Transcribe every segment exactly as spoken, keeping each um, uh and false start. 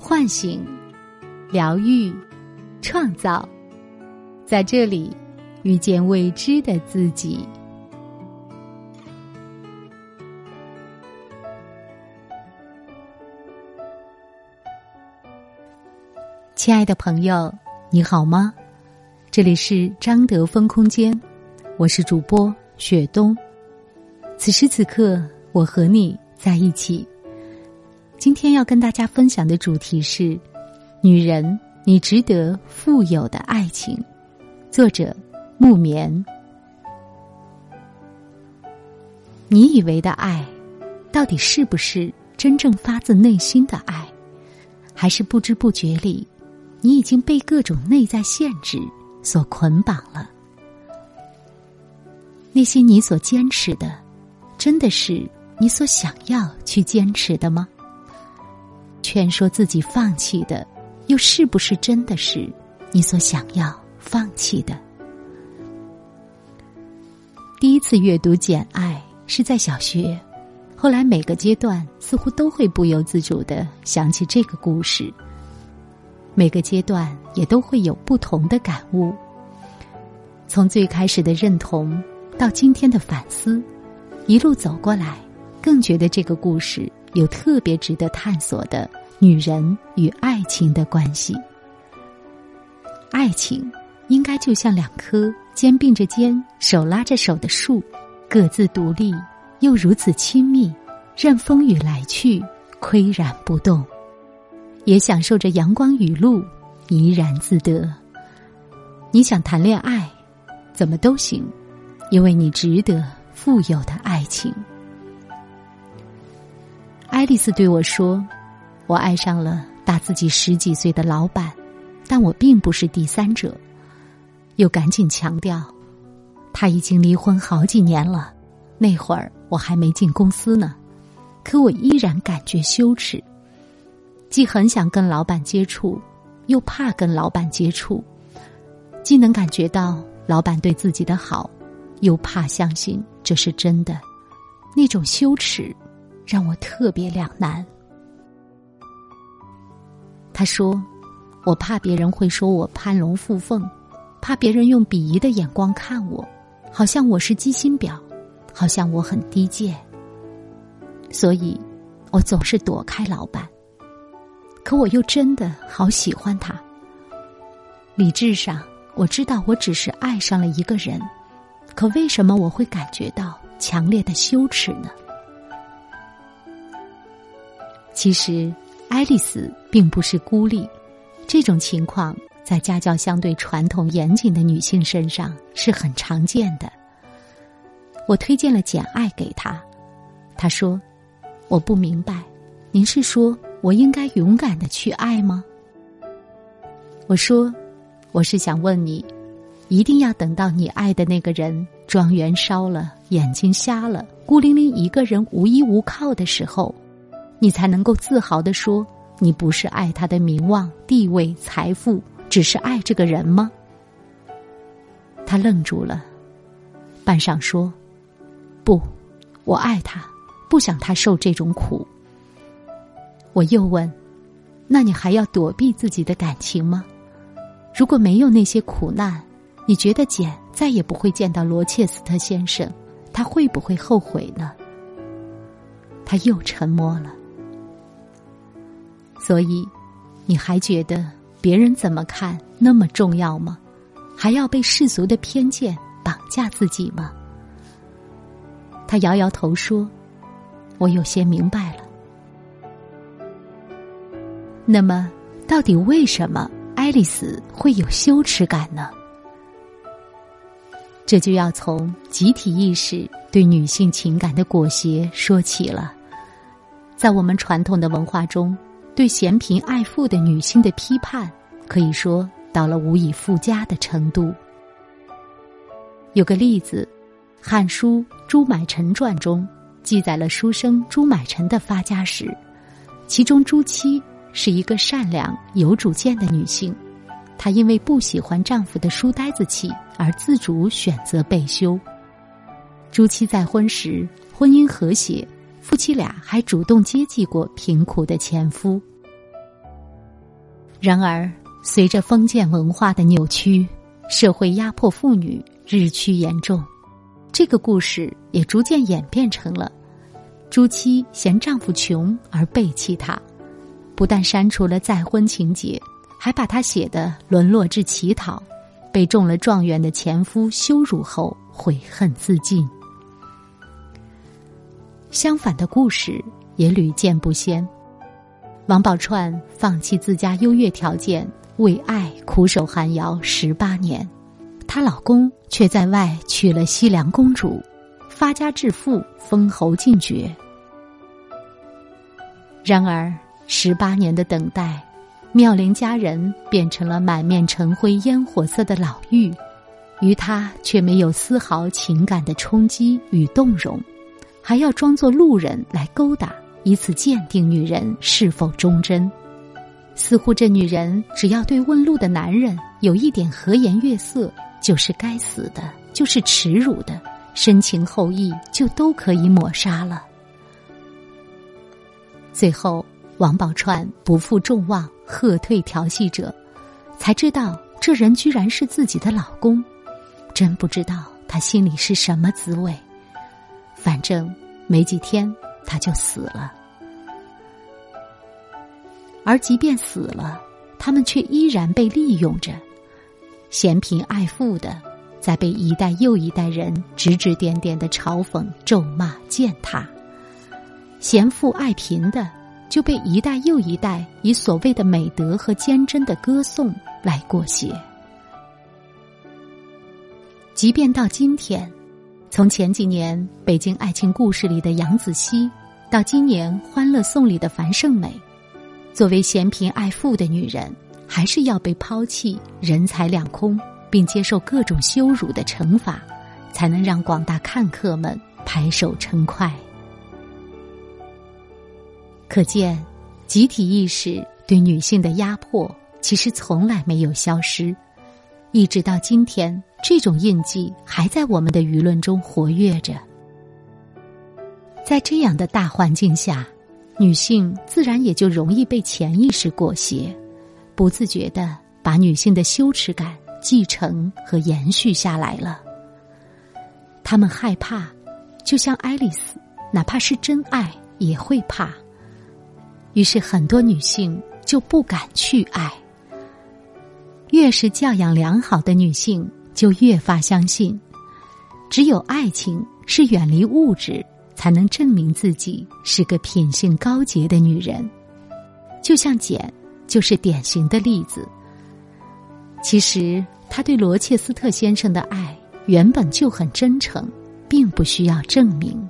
唤醒、疗愈、创造，在这里遇见未知的自己。亲爱的朋友，你好吗？这里是张德芬空间，我是主播雪冬。此时此刻，我和你在一起。今天要跟大家分享的主题是：女人，你值得富有的爱情。作者木棉。你以为的爱，到底是不是真正发自内心的爱？还是不知不觉里，你已经被各种内在限制所捆绑了？那些你所坚持的，真的是你所想要去坚持的吗？劝说自己放弃的，又是不是真的是你所想要放弃的？第一次阅读《简爱》是在小学，后来每个阶段似乎都会不由自主地想起这个故事，每个阶段也都会有不同的感悟。从最开始的认同到今天的反思，一路走过来，更觉得这个故事有特别值得探索的女人与爱情的关系。爱情应该就像两棵肩并着肩、手拉着手的树，各自独立，又如此亲密，任风雨来去，岿然不动，也享受着阳光雨露，怡然自得。你想谈恋爱，怎么都行，因为你值得富有的爱情。爱丽丝对我说，我爱上了大自己十几岁的老板，但我并不是第三者。又赶紧强调，他已经离婚好几年了，那会儿我还没进公司呢。可我依然感觉羞耻，既很想跟老板接触，又怕跟老板接触，既能感觉到老板对自己的好，又怕相信这是真的。那种羞耻让我特别两难。他说，我怕别人会说我攀龙附凤，怕别人用鄙夷的眼光看我，好像我是机芯表，好像我很低贱，所以我总是躲开老板。可我又真的好喜欢他。理智上我知道我只是爱上了一个人，可为什么我会感觉到强烈的羞耻呢？其实爱丽丝并不是孤立，这种情况在家教相对传统严谨的女性身上是很常见的。我推荐了《简爱》给她，她说，我不明白，您是说我应该勇敢地去爱吗？我说，我是想问你，一定要等到你爱的那个人庄园烧了，眼睛瞎了，孤零零一个人无依无靠的时候，你才能够自豪地说，你不是爱他的名望、地位、财富，只是爱这个人吗？他愣住了，半晌说，不，我爱他，不想他受这种苦。我又问，那你还要躲避自己的感情吗？如果没有那些苦难，你觉得简再也不会见到罗切斯特先生，他会不会后悔呢？他又沉默了。所以，你还觉得别人怎么看那么重要吗？还要被世俗的偏见绑架自己吗？他摇摇头说，我有些明白了。那么，到底为什么爱丽丝会有羞耻感呢？这就要从集体意识对女性情感的裹挟说起了。在我们传统的文化中，对嫌贫爱富的女性的批判，可以说到了无以复加的程度。有个例子，《汉书·朱买臣传》中记载了书生朱买臣的发家史，其中朱妻是一个善良有主见的女性，她因为不喜欢丈夫的书呆子气而自主选择备休。朱妻再婚时，婚姻和谐，夫妻俩还主动接济过贫苦的前夫。 然而，随着封建文化的扭曲，社会压迫妇女日趋严重，这个故事也逐渐演变成了朱妻嫌丈夫穷而背弃她，不但删除了再婚情节，还把她写得沦落至乞讨，被中了状元的前夫羞辱后悔恨自尽。相反的故事也屡见不鲜。王宝钏放弃自家优越条件，为爱苦守寒窑十八年，她老公却在外娶了西凉公主，发家致富，封侯进爵。然而十八年的等待，妙龄佳人变成了满面尘灰烟火色的老妪，于她却没有丝毫情感的冲击与动容，还要装作路人来勾搭，以此鉴定女人是否忠贞。似乎这女人只要对问路的男人有一点和颜悦色，就是该死的，就是耻辱的，深情厚谊就都可以抹杀了。最后王宝钏不负众望，喝退调戏者，才知道这人居然是自己的老公，真不知道他心里是什么滋味。反正没几天他就死了。而即便死了，他们却依然被利用着，嫌贫爱富的在被一代又一代人指指点点的嘲讽、咒骂、践踏，嫌富爱贫的就被一代又一代以所谓的美德和坚贞的歌颂来裹挟。即便到今天，从前几年《北京爱情故事》里的杨子熙，到今年《欢乐颂》里的樊胜美，作为嫌贫爱富的女人，还是要被抛弃，人财两空，并接受各种羞辱的惩罚，才能让广大看客们拍手称快。可见，集体意识对女性的压迫其实从来没有消失，一直到今天，这种印记还在我们的舆论中活跃着。在这样的大环境下，女性自然也就容易被潜意识裹挟，不自觉地把女性的羞耻感继承和延续下来了。她们害怕，就像爱丽丝，哪怕是真爱也会怕。于是很多女性就不敢去爱。越是教养良好的女性，就越发相信，只有爱情是远离物质，才能证明自己是个品性高洁的女人。就像简就是典型的例子。其实她对罗切斯特先生的爱原本就很真诚，并不需要证明。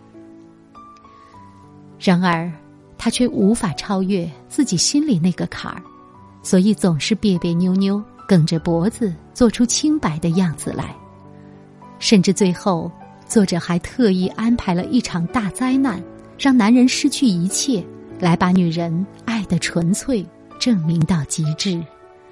然而她却无法超越自己心里那个坎儿，所以总是别别扭扭，梗着脖子做出清白的样子来。甚至最后，作者还特意安排了一场大灾难，让男人失去一切，来把女人爱的纯粹证明到极致。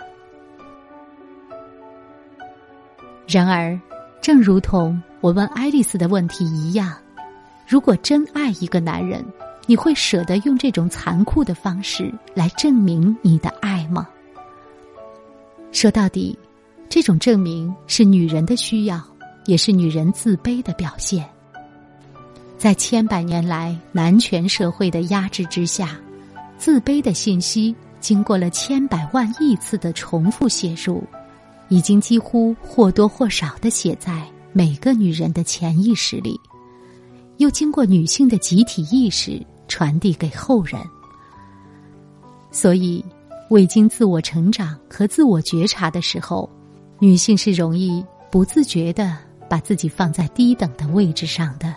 然而，正如同我问爱丽丝的问题一样，如果真爱一个男人，你会舍得用这种残酷的方式来证明你的爱吗？说到底，这种证明是女人的需要，也是女人自卑的表现。在千百年来男权社会的压制之下，自卑的信息经过了千百万亿次的重复写入，已经几乎或多或少地写在每个女人的潜意识里，又经过女性的集体意识传递给后人。所以未经自我成长和自我觉察的时候，女性是容易不自觉地把自己放在低等的位置上的。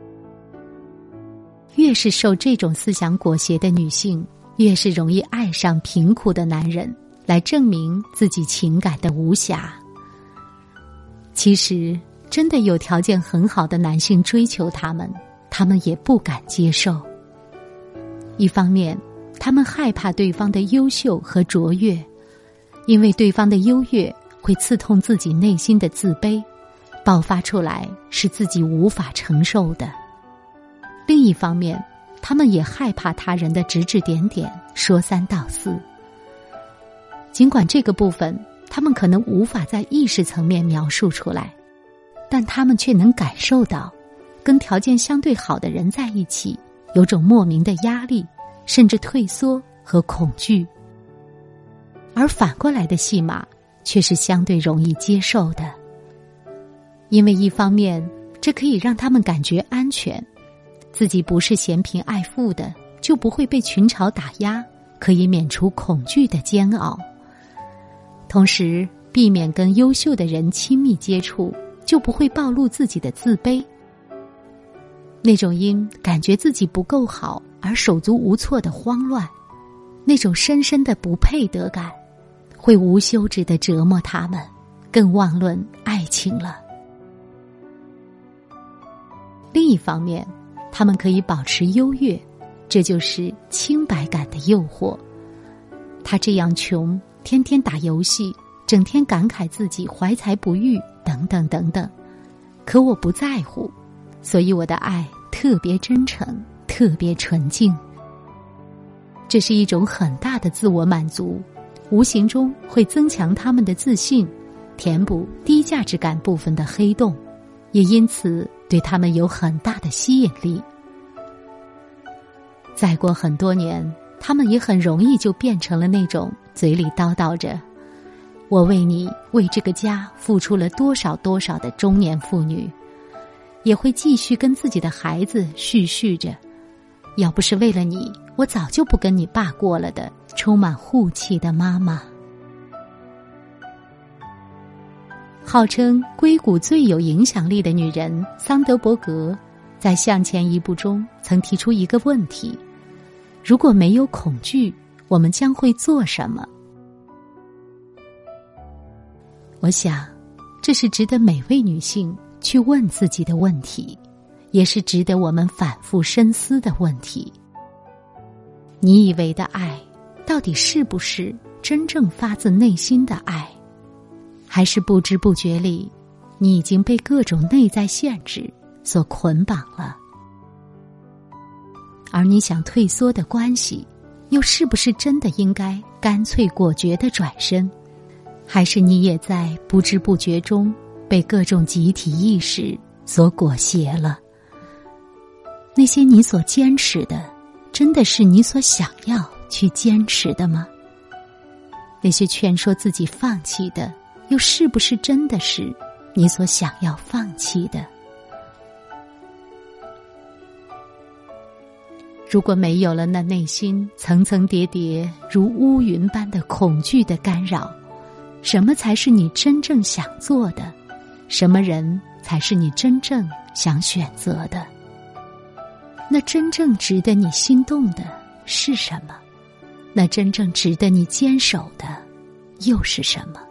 越是受这种思想裹挟的女性，越是容易爱上贫苦的男人，来证明自己情感的无瑕。其实真的有条件很好的男性追求她们，她们也不敢接受。一方面，他们害怕对方的优秀和卓越，因为对方的优越会刺痛自己内心的自卑，爆发出来是自己无法承受的。另一方面，他们也害怕他人的指指点点、说三道四。 尽管这个部分他们可能无法在意识层面描述出来，但他们却能感受到，跟条件相对好的人在一起，有种莫名的压力，甚至退缩和恐惧。而反过来的戏码却是相对容易接受的，因为一方面这可以让他们感觉安全，自己不是嫌贫爱富的，就不会被群嘲打压，可以免除恐惧的煎熬。同时避免跟优秀的人亲密接触，就不会暴露自己的自卑。那种因感觉自己不够好而手足无措的慌乱，那种深深的不配得感，会无休止地折磨他们，更妄论爱情了。另一方面，他们可以保持优越，这就是清白感的诱惑。他这样穷，天天打游戏，整天感慨自己怀才不遇，等等等等。可我不在乎，所以我的爱特别真诚，特别纯净。这是一种很大的自我满足，无形中会增强他们的自信，填补低价值感部分的黑洞，也因此对他们有很大的吸引力。再过很多年，他们也很容易就变成了那种嘴里叨叨着我为你为这个家付出了多少多少的中年妇女，也会继续跟自己的孩子絮絮着要不是为了你，我早就不跟你爸过了的充满护气的妈妈。号称硅谷最有影响力的女人桑德伯格在《向前一步》中曾提出一个问题：如果没有恐惧，我们将会做什么？我想，这是值得每位女性去问自己的问题，也是值得我们反复深思的问题。你以为的爱，到底是不是真正发自内心的爱？还是不知不觉里，你已经被各种内在限制所捆绑了？而你想退缩的关系，又是不是真的应该干脆果决地转身？还是你也在不知不觉中被各种集体意识所裹挟了？那些你所坚持的，真的是你所想要去坚持的吗？那些劝说自己放弃的，又是不是真的是你所想要放弃的？如果没有了那内心层层叠叠如乌云般的恐惧的干扰，什么才是你真正想做的？什么人才是你真正想选择的？那真正值得你心动的是什么？那真正值得你坚守的又是什么？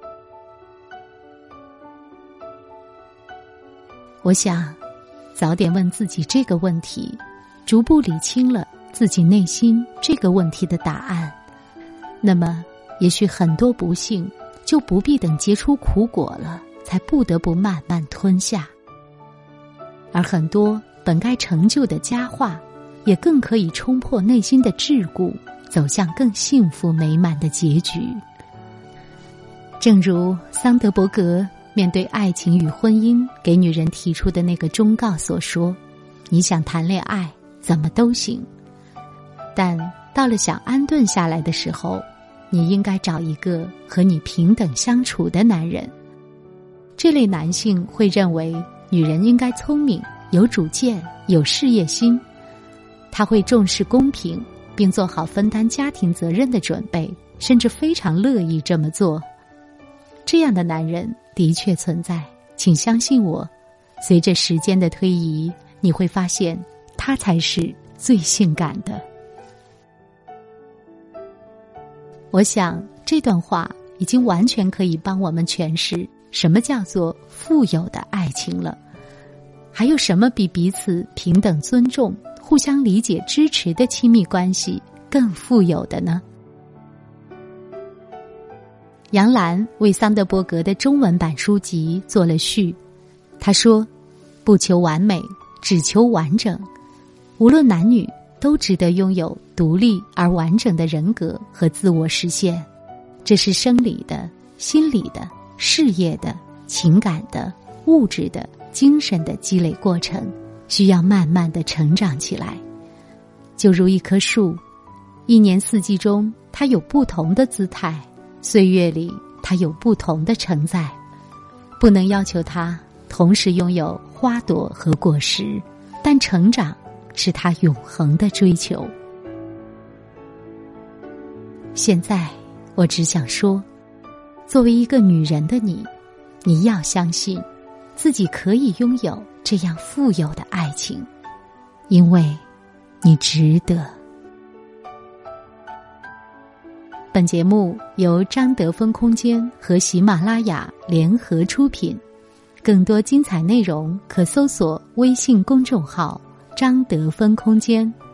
我想，早点问自己这个问题，逐步理清了自己内心这个问题的答案，那么也许很多不幸就不必等结出苦果了，才不得不慢慢吞下。而很多本该成就的佳话，也更可以冲破内心的桎梏，走向更幸福美满的结局。正如桑德伯格面对爱情与婚姻给女人提出的那个忠告所说，你想谈恋爱怎么都行，但到了想安顿下来的时候，你应该找一个和你平等相处的男人。这类男性会认为女人应该聪明、有主见、有事业心，他会重视公平，并做好分担家庭责任的准备，甚至非常乐意这么做。这样的男人的确存在，请相信我，随着时间的推移，你会发现他才是最性感的。我想这段话已经完全可以帮我们诠释什么叫做富有的爱情了。还有什么比彼此平等尊重、互相理解支持的亲密关系更富有的呢？杨澜为桑德伯格的中文版书籍做了序，他说，不求完美，只求完整。无论男女，都值得拥有独立而完整的人格和自我实现， 这是生理的、心理的、事业的、情感的、物质的、精神的积累过程，需要慢慢的成长起来。就如一棵树，一年四季中它有不同的姿态，岁月里它有不同的承载，不能要求它同时拥有花朵和果实，但成长是它永恒的追求。现在我只想说，作为一个女人的你，你要相信自己可以拥有这样富有的爱情，因为你值得。本节目由张德芬空间和喜马拉雅联合出品，更多精彩内容可搜索微信公众号张德芬空间。